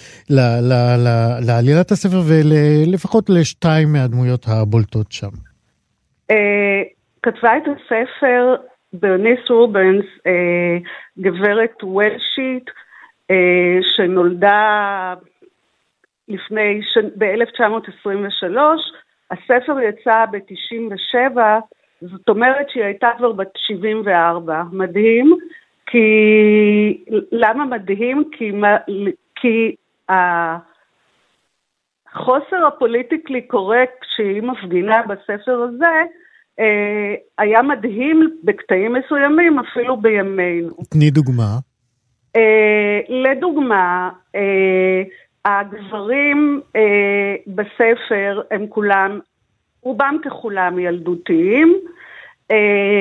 לעלילת הספר, ולפחות לשתיים מהדמויות הבולטות שם. כתבה את הספר ברניס רובנס, גברת וולשית, שנולדה לפני, ב-אלף תשע מאות עשרים ושלוש, הספר יצא ב-תשעים ושבע, זאת אומרת שהיא הייתה כבר בת שבעים וארבע. מדהים, כי, למה מדהים? כי, כי החוסר הפוליטיקלי קורקט שהיא מפגינה בספר הזה, היה מדהים בקטעים מסוימים, אפילו בימינו. תני דוגמה. Uh, לדוגמה, uh, הגברים uh, בספר הם כולם, רובם ככולם ילדותיים, uh,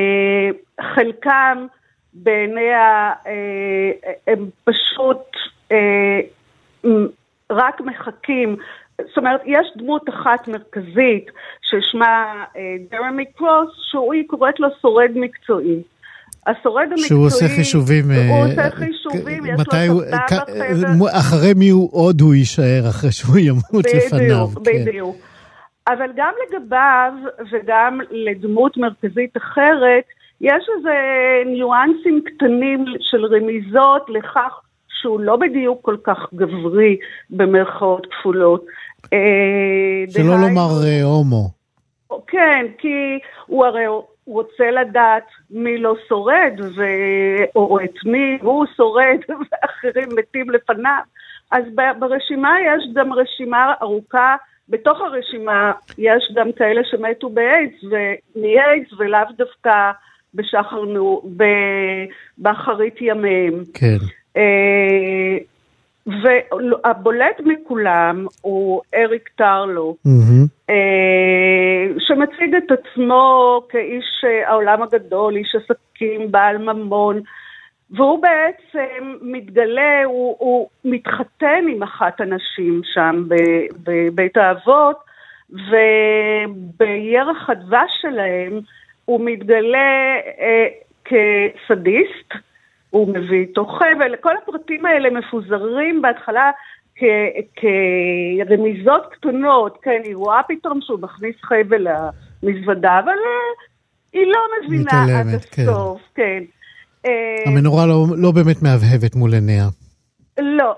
חלקם בעיניה uh, הם פשוט uh, רק מחכים, זאת אומרת, יש דמות אחת מרכזית ששמה uh, דרמי קרוס, שהיא קוראת לו שורד מקצועי. השורד המקצועי, שהוא עושה חישובים, הוא עושה חישובים, יש לו סבתא בחדר. אחרי מי הוא עוד הוא יישאר אחרי שהוא ימות לפניו. בדיוק, בדיוק. אבל גם לגביו וגם לדמות מרכזית אחרת, יש איזה ניואנסים קטנים של רמיזות לכך שהוא לא בדיוק כל כך גברי במרכאות כפולות. שלא לומר הומו. כן, כי הוא הרי רוצה לדעת מי לא שורד, ו... או את מי הוא שורד ואחרים מתים לפניו. אז ברשימה יש גם רשימה ארוכה, בתוך הרשימה יש גם כאלה שמתו באיידס, ומאיידס ולאו דווקא בשחר, באחרית ימיהם. כן. והבולט מכולם הוא אריק טרלו, שמציג את עצמו כאיש העולם הגדול, איש עסקים, בעל ממון, והוא בעצם מתגלה, הוא, הוא מתחתן עם אחת הנשים שם בבית האבות, ובירח הדבש שלהם הוא מתגלה אה, כסדיסט, הוא מביא איתו חבל, כל הפרטים האלה מפוזרים בהתחלה כ- כרמיזות קטנות, כן, היא רואה פתאום שהוא מכניס חבל למזוודה, אבל היא לא מבינה עד הסוף, כן. כן. המנורה לא, לא באמת מהבהבת מול עיניה. לא.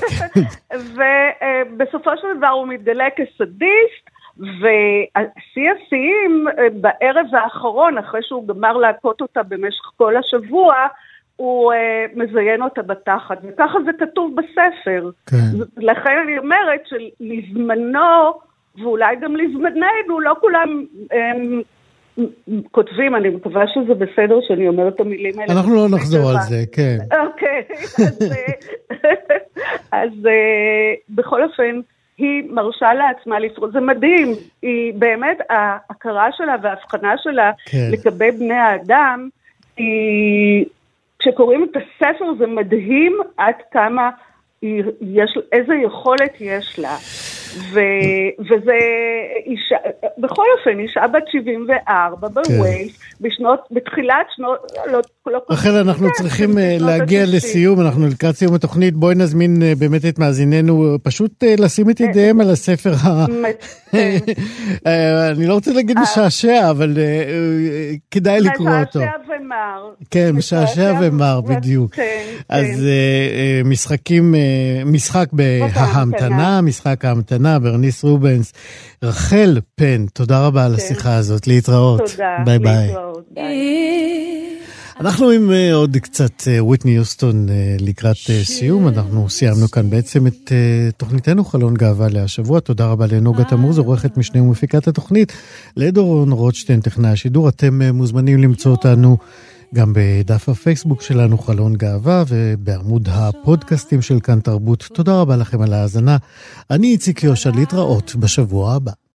ובסופו של דבר הוא מתגלה כסדיסט, ושיא השיאים בערב האחרון, אחרי שהוא גמר להכות אותה במשך כל השבוע, הוא uh, מזיין אותה בתחת, וככה זה כתוב בספר. כן. לכן אני אומרת שלזמנו, ואולי גם לזמננו, לא כולם הם, כותבים, אני מקווה שזה בסדר שאני אומרת את המילים האלה. אנחנו לא נחזור על זה, כן. אוקיי, אז, אז uh, בכל אופן, היא מרשה לעצמה לפרוט, זה מדהים, היא באמת, ההכרה שלה וההבחנה שלה כן. לגבי בני האדם, היא... כשקוראים את הספר זה מדהים עד כמה יש, איזה יכולת יש לה. ו, וזה אישה, בכל אופן, אישה בת שבעים וארבע בווילס, בשנות, בתחילת שנות, לא, לא אחרי אנחנו צריכים להגיע לסיום, אנחנו לקראת סיום התוכנית, בואי נזמין באמת את מאזיננו, פשוט לשים את ידיהם על הספר ה... אני לא רוצה להגיד משעשע, אבל כדאי לקרוא אותו. משעשע ומר. כן, משעשע ומר, בדיוק. אז משחקים, משחק בהמתנה, משחק ההמתנה, ברניס רובנס, רחל פן, תודה רבה על השיחה הזאת, להתראות. תודה, ביי ביי. להתראות, ביי. אנחנו עם עוד קצת וויטני יוסטון לקראת סיום, אנחנו סיימנו כאן בעצם את תוכניתנו חלון גאווה להשבוע, תודה רבה לנוגה תמוז, עורכת משנה ומפיקת התוכנית, לדורון רוטשטיין, טכנאי השידור, אתם מוזמנים למצוא אותנו גם בדף הפייסבוק שלנו חלון גאווה ובעמוד הפודקאסטים של כאן תרבות. תודה רבה לכם על ההאזנה. אני איציק יושע, להתראות בשבוע הבא.